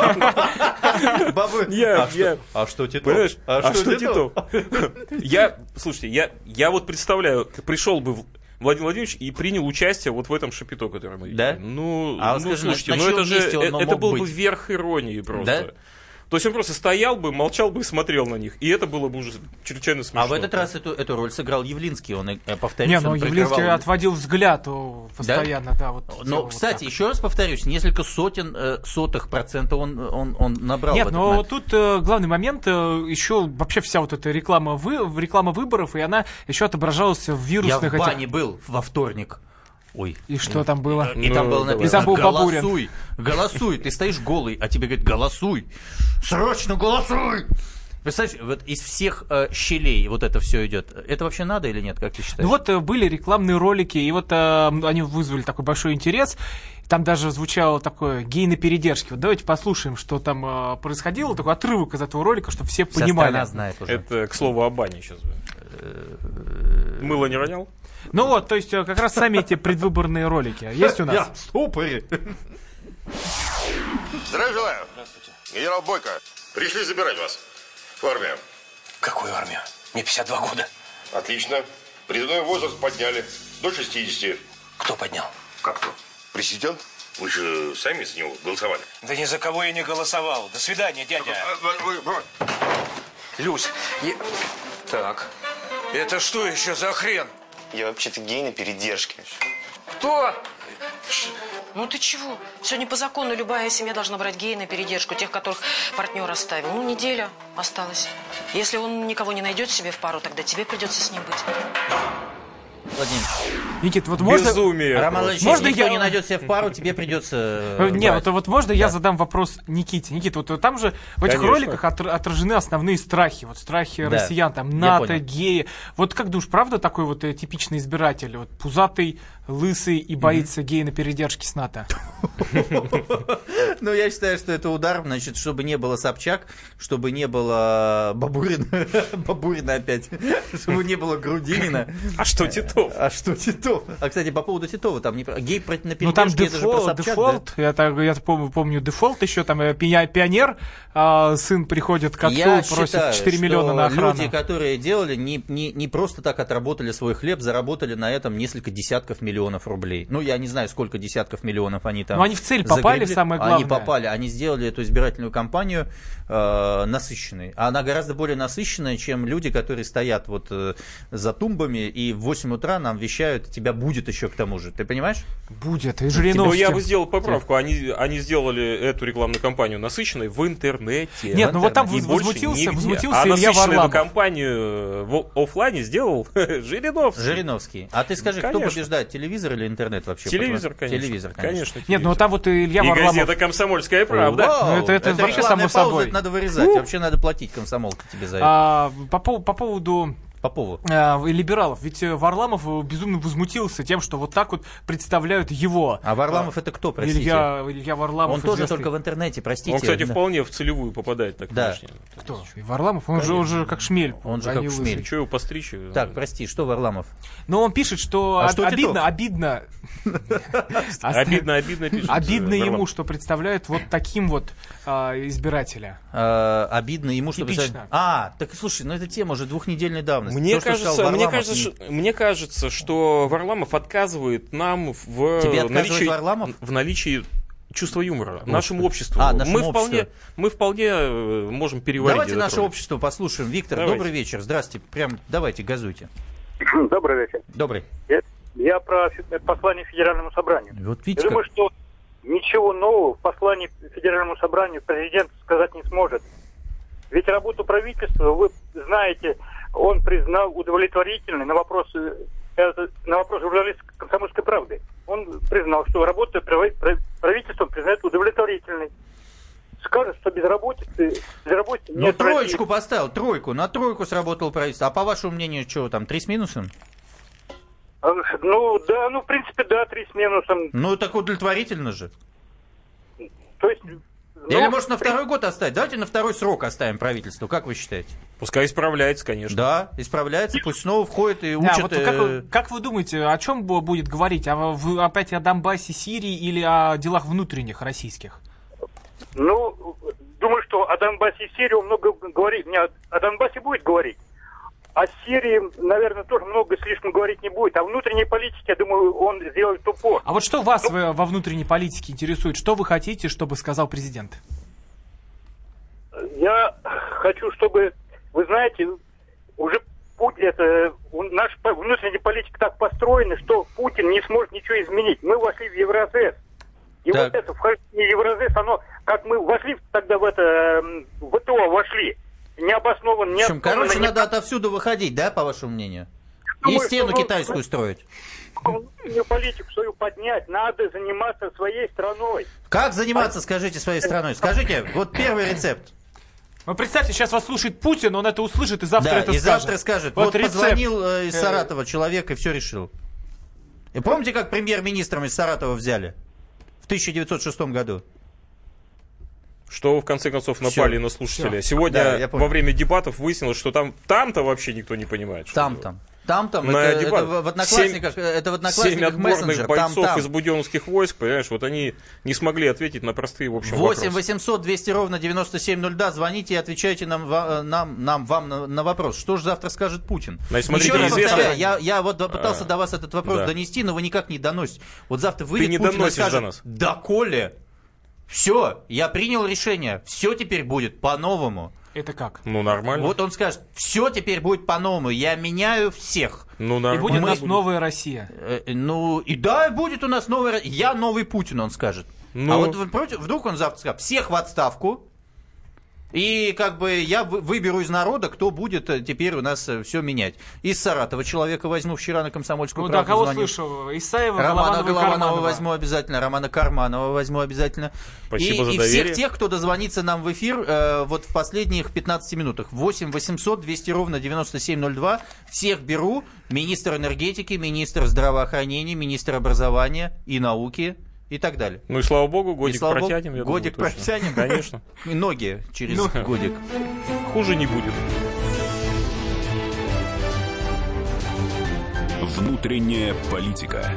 А что Титов? Понимаешь? А что Титов? Слушайте, я вот представляю, пришел бы Владимир Владимирович и принял участие вот в этом шапито, который мы да? видели. Слушайте, это был бы верх иронии просто. Да? То есть он просто стоял бы, молчал бы и смотрел на них. И это было бы уже чрезвычайно смешно. А в этот раз эту роль сыграл Явлинский. Он повторился. Не, но Явлинский отводил взгляд постоянно. Да? Но, кстати, еще раз повторюсь, несколько сотых процента он набрал. Нет, но тут главный момент, еще вообще вся вот эта реклама выборов, и она еще отображалась в вирусных... Я в бане был во вторник. Ой. И что там было? И там было написано: голосуй, ты стоишь голый, а тебе говорят: голосуй, срочно голосуй. Представляешь, вот из всех щелей вот это все идет. Это вообще надо или нет, как ты считаешь? Ну вот были рекламные ролики, и вот они вызвали такой большой интерес. Там даже звучало такое гей на передержке. Вот давайте послушаем, что там происходило, такой отрывок из этого ролика, чтобы все понимали. Вся страна знает уже. Это, к слову, о бане сейчас. Мыло не ронял? Ну вот, то есть как раз сами эти предвыборные ролики. Есть у нас? Я в ступоре. Здравия желаю. Здравствуйте. Генерал Бойко, пришли забирать вас в армию. Какую армию? Мне 52 года. Отлично. Призывной возраст подняли до 60. Кто поднял? Как кто? Президент? Вы же сами за него голосовали. Да ни за кого я не голосовал. До свидания, дядя. Люсь, Так, это что еще за хрен? Я вообще-то гей на передержке. Кто? Ну ты чего? Сегодня по закону любая семья должна брать гея на передержку, тех, которых партнер оставил. Ну, неделя осталась. Если он никого не найдет себе в пару, тогда тебе придется с ним быть. Владимир. Никит, вот Безумие. Роман Владимирович, можно никто я не найдет себе в пару, тебе придется... вот можно я задам вопрос Никите? Никита, вот там же в этих роликах отражены основные страхи. Вот страхи россиян, там НАТО, геи. Вот как думаешь, правда такой вот типичный избиратель? Вот пузатый, лысый и боится гея на передержке с НАТО? Ну, я считаю, что это удар, значит, чтобы не было Собчак, чтобы не было Бабурина опять, чтобы не было Грудинина. А что Титов? А, кстати, по поводу Титова, там гей на передержке, ну, там это же про Собчак, дефолт, да? я помню дефолт еще, там пионер, сын приходит к отцу, просит 4 миллиона на охрану. Люди, которые делали, не просто так отработали свой хлеб, заработали на этом несколько десятков миллионов рублей. Ну, я не знаю, сколько десятков миллионов они там. Но они в цель попали, самое главное. Они попали, они сделали эту избирательную кампанию насыщенной. Она гораздо более насыщенная, чем люди, которые стоят вот за тумбами и в 8 утра нам вещают, тебя будет еще к тому же. Ты понимаешь? Будет. И Жириновский. Но я бы сделал поправку. Они сделали эту рекламную кампанию насыщенной в интернете. Нет, ну вот там возмутился а Илья насыщенную Варламов. кампанию в офлайне сделал Жириновский. А ты скажи, кто побеждает, телевизор или интернет вообще? Телевизор, конечно. Телевизор, конечно. Нет, ну там вот Илья Варламов. И газета «Комсомольская правда». Это вообще само собой. Это надо вырезать. Вообще надо платить комсомолке тебе за это. По поводу либералов. Ведь Варламов безумно возмутился тем, что вот так вот представляют его. А Варламов это кто, простите? Илья Варламов. Он тоже только в интернете, простите. Он, кстати, вполне в целевую попадает. Так да. Кто? И Варламов? Он же уже как шмель. Он же как шмель. Что его постричь? Так, прости, что Варламов? Но он пишет, что обидно пишет. Обидно ему, что представляют вот таким вот избирателя. Обидно ему, что представляют. Так слушай, ну эта тема уже двухнедельной давности. Мне кажется, что Варламов отказывает нам в наличии чувства юмора, нашему обществу. Мы вполне можем переварить. Давайте наше общество послушаем. Виктор, добрый вечер. Здравствуйте. Прям давайте, газуйте. Добрый вечер. Добрый. Я про послание Федеральному собранию. Вот видите, я думаю, что ничего нового в послании Федеральному собранию президент сказать не сможет. Ведь работу правительства, вы знаете, он признал удовлетворительной на вопрос журналиста «Комсомольской правды». Он признал, что работу правительства признает удовлетворительной. Скажет, что безработицы нет. Троечку поставил, тройку. На тройку сработало правительство. А по вашему мнению, что там, 3 с минусом? Ну, да, в принципе, да, 3 с минусом. Ну, так удовлетворительно же. То есть... Или, может, на второй год оставить? Давайте на второй срок оставим правительство. Как вы считаете? Пускай исправляется, конечно. Да, исправляется, пусть снова входит и учат. Как вы думаете, о чем будет говорить? Опять о Донбассе, Сирии или о делах внутренних российских? Ну, думаю, что о Донбассе и Сирии он много говорит. О Донбассе будет говорить. О Сирии, наверное, тоже много слишком говорить не будет. О внутренней политике, я думаю, он сделает упор. А вот что вас во внутренней политике интересует? Что вы хотите, чтобы сказал президент? Я хочу, чтобы, вы знаете, уже наша внутренняя политика так построена, что Путин не сможет ничего изменить. Мы вошли в Евразес. И так. Вот это вхождение в Евразес, оно, как мы вошли тогда в ВТО вошли, необоснованно. Короче, надо отовсюду выходить, да, по вашему мнению? И стену китайскую строить. Политику свою поднять, надо заниматься своей страной. Как заниматься, скажите, своей страной? Скажите, вот первый рецепт. Вы представьте, сейчас вас слушает Путин, он это услышит и завтра это скажет. завтра скажет. Вот позвонил из Саратова человек и все решил. И помните, как премьер-министром из Саратова взяли? В 1906 году. Что в конце концов напали на слушателя. Сегодня во время дебатов выяснилось, что там-то вообще никто не понимает. Там, это в Одноклассниках, это в Одноклассниках 7 отборных бойцов из буденовских войск, понимаешь, вот они не смогли ответить на простые, в общем, 8 800 200 ровно 9702, звоните и отвечайте вам на вопрос. Что же завтра скажет Путин? Значит, смотрите, еще раз повторяю, я вот пытался до вас этот вопрос донести, но вы никак не доносите. Вот завтра выйдет Путин и скажет, до нас. Да, Коля, все, я принял решение, все теперь будет по-новому. Это как? Ну, нормально. Вот он скажет, все теперь будет по-новому, я меняю всех. Ну, нормально. И будет у нас новая Россия. Будет у нас новая Россия. Я новый Путин, он скажет. А вот вдруг он завтра скажет, всех в отставку, И как бы я выберу из народа, кто будет теперь у нас все менять. Из Саратова человека возьму, вчера на «Комсомольскую правду» кого звонил. слышал? Исаева, Романа Голованова Карманова возьму обязательно, Романа Карманова возьму обязательно. Спасибо за и доверие. всех тех, кто дозвонится нам в эфир вот в последних 15 минутах. 8 800 200 ровно 9702. Всех беру. Министр энергетики, министр здравоохранения, министр образования и науки. И так далее. Ну и слава богу, годик протянем. Годик протянем. Конечно. Ноги через годик. Хуже не будет. Внутренняя политика.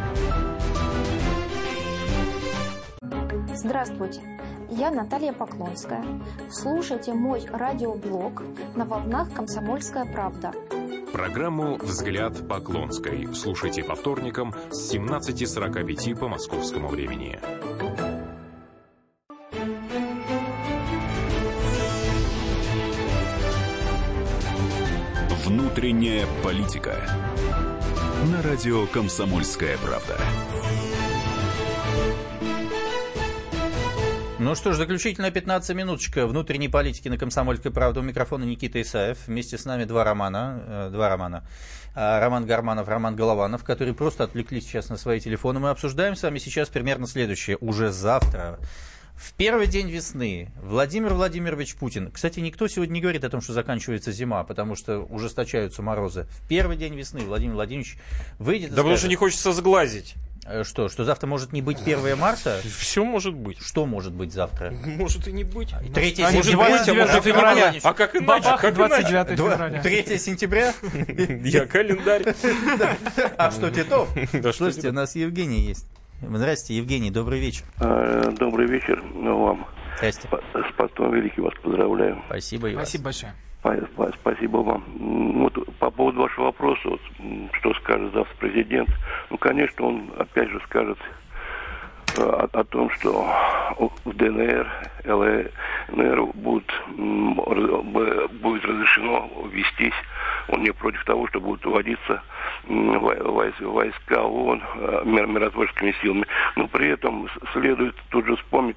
Здравствуйте, я Наталья Поклонская. Слушайте мой радиоблог на волнах «Комсомольская правда». Программу «Взгляд Поклонской» слушайте по вторникам с 17:45 по московскому времени. Внутренняя политика. На радио «Комсомольская правда». Ну что ж, заключительная 15 минуточка внутренней политики на «Комсомольской правде». У микрофона Никита Исаев. Вместе с нами два романа. Роман Гарманов, Роман Голованов, которые просто отвлеклись сейчас на свои телефоны. Мы обсуждаем с вами сейчас примерно следующее. Уже завтра, в первый день весны, Владимир Владимирович Путин. Кстати, никто сегодня не говорит о том, что заканчивается зима, потому что ужесточаются морозы. В первый день весны Владимир Владимирович выйдет и скажет... потому что не хочется сглазить. Что завтра может не быть 1 марта? Все может быть. Что может быть завтра? Может и не быть. 3 сентября. Может и не быть. А как иначе? Бабах, 29 февраля. 3 сентября? Я календарь. А что, Титов? Слушайте, у нас Евгений есть. Здравствуйте, Евгений, добрый вечер. Добрый вечер вам. Здрасте. С постом великим вас поздравляю. Спасибо и вас. Спасибо большое. Спасибо вам. Вот по поводу вашего вопроса, вот, что скажет завтра президент. Ну, конечно, он опять же скажет о том, что в ДНР, ЛНР будет разрешено ввестись. Он не против того, что будут вводиться войска ООН миротворческими силами. Но при этом следует тут же вспомнить,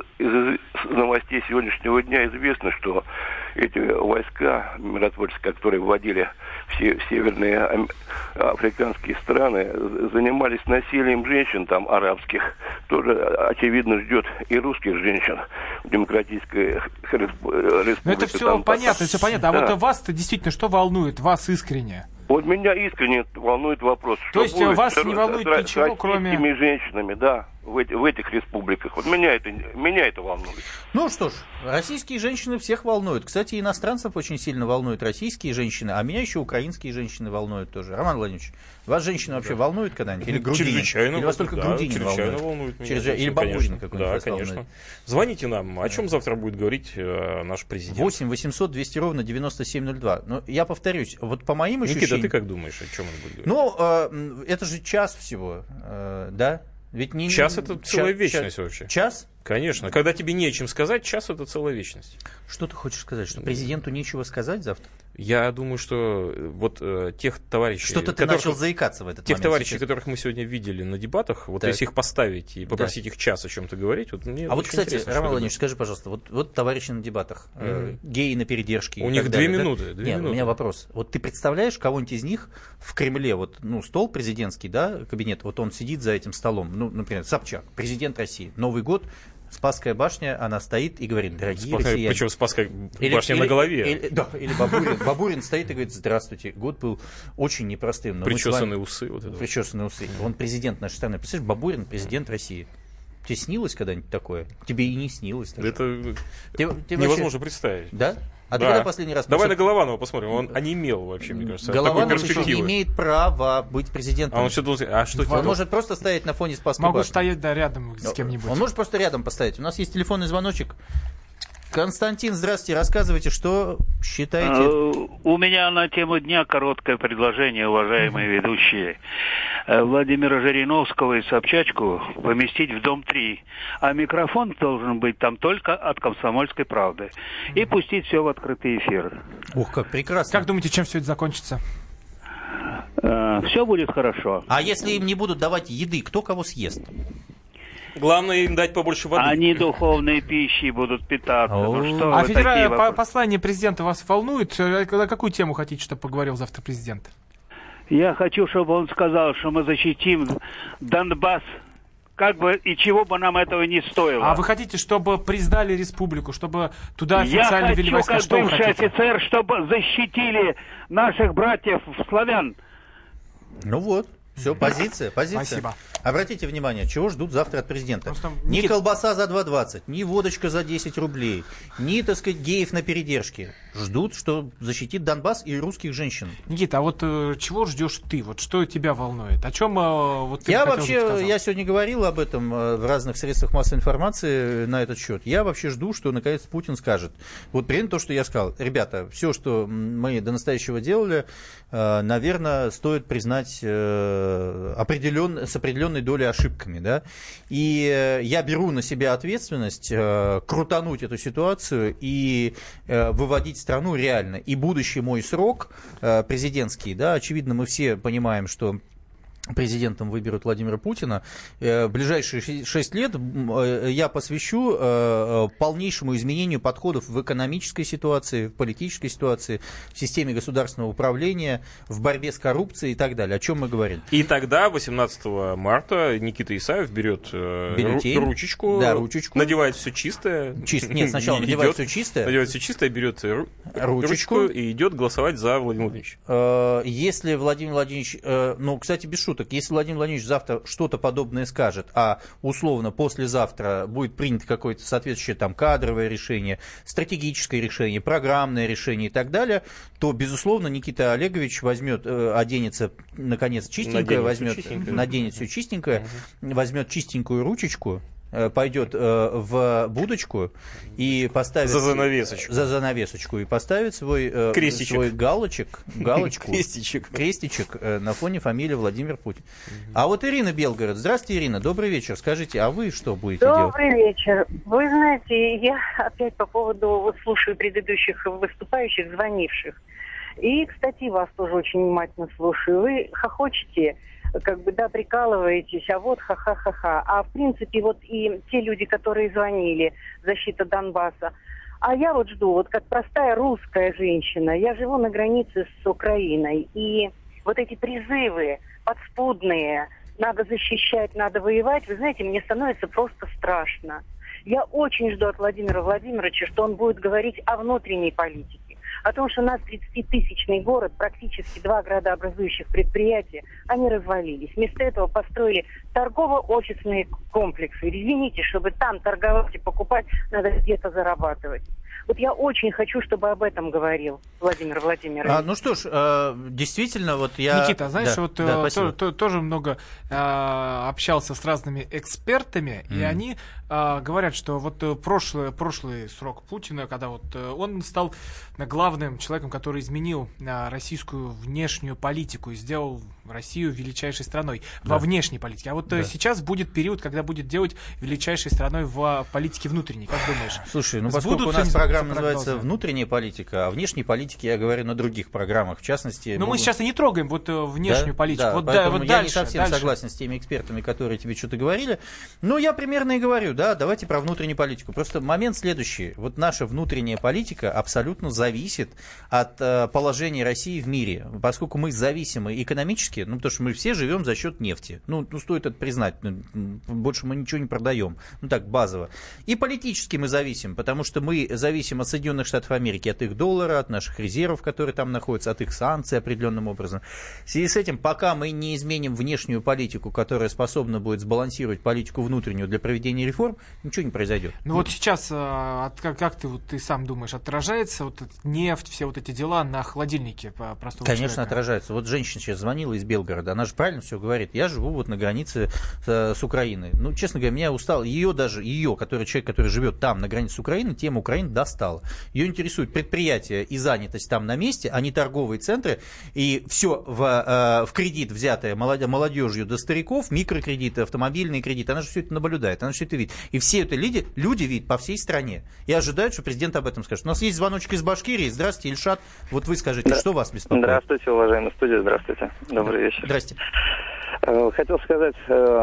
из новостей сегодняшнего дня известно, что эти войска миротворческие, которые вводили в северные африканские страны, занимались насилием женщин там арабских. Тоже, очевидно, ждет и русских женщин в демократической республике. Ну это все понятно, все понятно. А да. Вот вас-то действительно что волнует? Вас искренне? Вот меня искренне волнует вопрос. То есть вас не волнует ничего, кроме... с женщинами, да, в этих республиках. Вот меня это волнует. Ну что ж, российские женщины всех волнуют. Кстати, иностранцев очень сильно волнуют российские женщины, а меня еще украинские женщины волнуют тоже. Роман Владимирович, вас женщина вообще волнует когда-нибудь? Или Грудинин? Чрезвычайно. Или вас только Грудинин волнует меня. Или Бабурин какой-нибудь да, вас конечно. волнует. Звоните нам. О чем завтра будет говорить наш президент? 8 800 200 ровно 9702. Но я повторюсь, вот по моим ощущениям... Никита, ты как думаешь, о чем он будет говорить? Ну, это же час всего, да? Ведь не, час это целая вечность вообще. Час? Конечно. Когда тебе нечем сказать, час это целая вечность. Что ты хочешь сказать? Что президенту нечего сказать завтра? Я думаю, что вот тех товарищей... Что-то ты начал заикаться в этот тех момент. Тех товарищей, сейчас. Которых мы сегодня видели на дебатах, вот так. Если их поставить и попросить их час о чем-то говорить, вот мне вот, кстати, Роман Владимирович, это... скажи, пожалуйста, вот товарищи на дебатах, геи на передержке. У них 2 минуты. Нет, у меня вопрос. Вот ты представляешь кого-нибудь из них в Кремле, вот, ну, стол президентский, да, кабинет, вот он сидит за этим столом, ну, например, Собчак, президент России, Новый год, Спасская башня, она стоит и говорит: дорогие россияне. Причем Спасская башня на голове. Или Бабурин стоит и говорит: здравствуйте, год был очень непростым. Но причесанные усы. Вот это причесанные усы. Он президент нашей страны. Представляешь, Бабурин президент России. Тебе снилось когда-нибудь такое? Тебе и не снилось. Даже. Это вообще... невозможно представить. Да? А ты да. когда последний раз... Давай на Голованова посмотрим. Он онемел вообще, мне кажется. Голованов еще не имеет права быть президентом. А он что должен... Он может просто стоять на фоне Спасской башни. Могу стоять, да, рядом с кем-нибудь. Он может просто рядом поставить. У нас есть телефонный звоночек. Константин, здравствуйте. Рассказывайте, что считаете... У меня на тему дня короткое предложение, уважаемые ведущие. Владимира Жириновского и Собчачку поместить в дом 3. А микрофон должен быть там только от «Комсомольской правды». И пустить все в открытый эфир. Ух, как прекрасно. Как думаете, чем все это закончится? Все будет хорошо. А если им не будут давать еды, кто кого съест? Главное им дать побольше воды. Они духовной пищей будут питаться. Ну, что а федеральное послание президента вас волнует? На какую тему хотите, чтобы поговорил завтра президент? Я хочу, чтобы он сказал, что мы защитим Донбасс, как бы и чего бы нам этого не стоило. А вы хотите, чтобы признали республику, чтобы туда официально ввели войска? Я хочу, как бывший офицер, чтобы защитили наших братьев славян. Ну вот. Все, позиция. Спасибо. Обратите внимание, чего ждут завтра от президента. Просто, ни колбаса за 2,20, ни водочка за 10 рублей, ни, так сказать, геев на передержке. Ждут, что защитит Донбасс и русских женщин. Никита, а вот чего ждешь ты? Вот что тебя волнует? О чем вот ты я сегодня говорил об этом в разных средствах массовой информации на этот счет. Я вообще жду, что наконец Путин скажет. Вот примерно то, что я сказал. Ребята, все, что мы до настоящего делали, наверное, стоит признать с определенной долей ошибками. Да? И я беру на себя ответственность крутануть эту ситуацию и выводить страну реально. И будущий мой срок президентский, да, очевидно, мы все понимаем, что президентом выберут Владимира Путина. В ближайшие 6 лет я посвящу полнейшему изменению подходов в экономической ситуации, в политической ситуации, в системе государственного управления, в борьбе с коррупцией и так далее. О чем мы говорим? И тогда, 18 марта, Никита Исаев берет ручечку, надевает все чистое. Нет, сначала надевает все чистое. Надевает все чистое, берет ручку и идет голосовать за Владимира Владимировича. Если Владимир Владимирович, кстати, без шуток, если Владимир Владимирович завтра что-то подобное скажет, а условно послезавтра будет принято какое-то соответствующее там кадровое решение, стратегическое решение, программное решение и так далее, то, безусловно, Никита Олегович оденется, наконец, чистенькое, наденет все чистенькое, возьмет чистенькую ручечку, пойдет в будочку и поставит за занавесочку и поставит свой галочку, крестичек на фоне фамилии Владимир Путин. А вот Ирина Белгород. Здравствуйте, Ирина, добрый вечер. Скажите, а вы что будете делать? Добрый вечер. Вы знаете, я опять по поводу слушаю предыдущих выступающих, звонивших. И, кстати, вас тоже очень внимательно слушаю. Вы хохочете, прикалываетесь, а вот ха-ха-ха-ха. А в принципе, вот и те люди, которые звонили, защита Донбасса. А я вот жду, как простая русская женщина, я живу на границе с Украиной. И вот эти призывы подспудные, надо защищать, надо воевать, вы знаете, мне становится просто страшно. Я очень жду от Владимира Владимировича, что он будет говорить о внутренней политике. О том, что у нас 30-тысячный город, практически 2 градообразующих предприятия, они развалились. Вместо этого построили торгово-офисные комплексы. Извините, чтобы там торговать и покупать, надо где-то зарабатывать. Вот я очень хочу, чтобы об этом говорил Владимир Владимирович. Ну что ж, действительно, вот я... Никита, знаешь, тоже много общался с разными экспертами, и они говорят, что вот прошлый срок Путина, когда вот он стал главным человеком, который изменил российскую внешнюю политику и сделал Россию величайшей страной во внешней политике. А вот сейчас будет период, когда будет делать величайшей страной в политике внутренней. Как думаешь? Слушай, поскольку у нас программа называется «Внутренняя политика», а внешней политике я говорю на других программах, в частности... Но мы сейчас и не трогаем внешнюю политику. Я не совсем согласен с теми экспертами, которые тебе что-то говорили. Но я примерно и говорю, давайте про внутреннюю политику. Просто момент следующий. Вот наша внутренняя политика абсолютно зависит от положения России в мире. Поскольку мы зависимы экономически, потому что мы все живем за счет нефти. Стоит это признать. Больше мы ничего не продаем. Так, базово. И политически мы зависим, потому что мы зависим от Соединенных Штатов Америки, от их доллара, от наших резервов, которые там находятся, от их санкций определенным образом. В связи с этим, пока мы не изменим внешнюю политику, которая способна будет сбалансировать политику внутреннюю для проведения реформ, ничего не произойдет. Вот сейчас, как ты сам думаешь, отражается нефть, все эти дела на холодильнике простого человека? Конечно, отражается. Вот женщина сейчас звонила из Белгорода, она же правильно все говорит. Я живу на границе с Украиной. Честно говоря, меня устал. Человек, который живет там, на границе с Украиной, тема Украины достала. Ее интересует предприятие и занятость там на месте, а не торговые центры. И все в кредит взятое молодежью до стариков, микрокредиты, автомобильные кредиты, она же все это наблюдает, она все это видит. И все это люди видят по всей стране. И ожидают, что президент об этом скажет. У нас есть звоночек из Башкирии. Здравствуйте, Ильшат. Вот вы скажите, что вас беспокоит? Здравствуйте, уважаемая студия. Здравствуйте. Добрый вечер. Здрасте. Хотел сказать,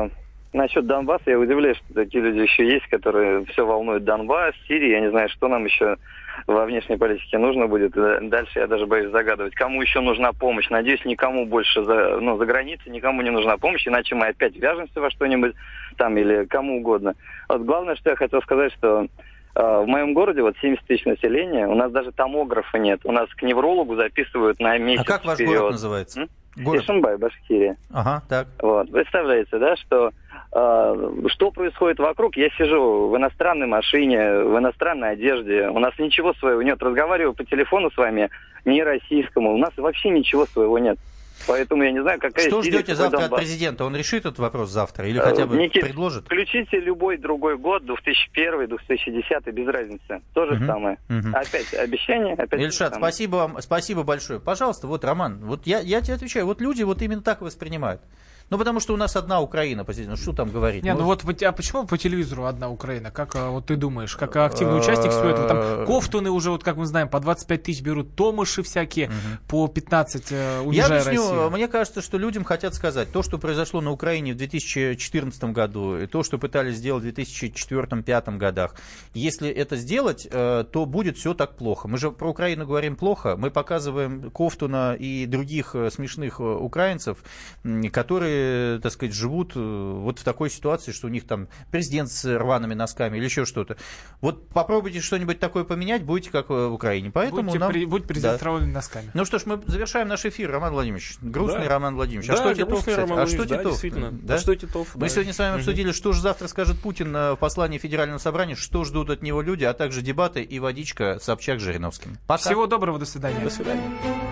насчет Донбасса, я удивляюсь, что такие люди еще есть, которые все волнуют Донбасс, Сирия. Я не знаю, что нам еще во внешней политике нужно будет. Дальше я даже боюсь загадывать. Кому еще нужна помощь? Надеюсь, никому больше за границей никому не нужна помощь, иначе мы опять вяжемся во что-нибудь там или кому угодно. Вот главное, что я хотел сказать, что в моем городе 70 тысяч населения, у нас даже томографа нет. У нас к неврологу записывают на месяц вперед. А как ваш город называется? Ишимбай, Башкирия. Ага, так. Вот. Представляете, да, что происходит вокруг? Я сижу в иностранной машине, в иностранной одежде. У нас ничего своего нет. Разговариваю по телефону с вами не российскому. У нас вообще ничего своего нет. Поэтому я не знаю, какая Что ждете завтра от президента? Он решит этот вопрос завтра или хотя бы Никит, предложит? Включите любой другой год, 2001, 2010, без разницы. То же самое. Опять обещание, опять Ильшат, спасибо вам, спасибо большое. Пожалуйста, вот, Роман, вот я тебе отвечаю, вот люди вот именно так воспринимают. Ну, потому что у нас одна Украина, ну, что там говорить? Не, ну вот, а почему по телевизору одна Украина? Как вот ты думаешь, как активный участник всего этого? Там кофтуны уже, вот как мы знаем, по 25 тысяч берут, томыши всякие, по 15 унижая Россию. Я объясню, мне кажется, что людям хотят сказать, то, что произошло на Украине в 2014 году, и то, что пытались сделать в 2004-2005 годах, если это сделать, то будет все так плохо. Мы же про Украину говорим плохо, мы показываем Ковтуна и других смешных украинцев, которые, так сказать, живут вот в такой ситуации, что у них там президент с рваными носками или еще что-то. Вот попробуйте что-нибудь такое поменять, будете как в Украине. Поэтому будь президент с рваными носками. Ну что ж, мы завершаем наш эфир, Роман Владимирович. Грустный Роман Владимирович. Да, а что Титов, кстати? А что Титов? Действительно. Да? А что Титов? Мы сегодня с вами обсудили, что же завтра скажет Путин в послании Федерального собрания, что ждут от него люди, а также дебаты и водичка с Собчак с Жириновским. Пока. Всего доброго, до свидания. До свидания.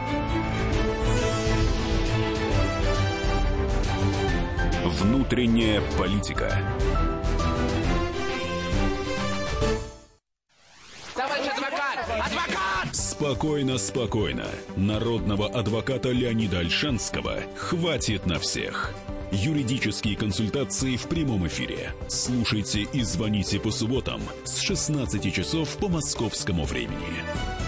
Внутренняя политика. Товарищ адвокат! Адвокат! Спокойно, спокойно. Народного адвоката Леонида Ольшанского хватит на всех. Юридические консультации в прямом эфире. Слушайте и звоните по субботам с 16 часов по московскому времени.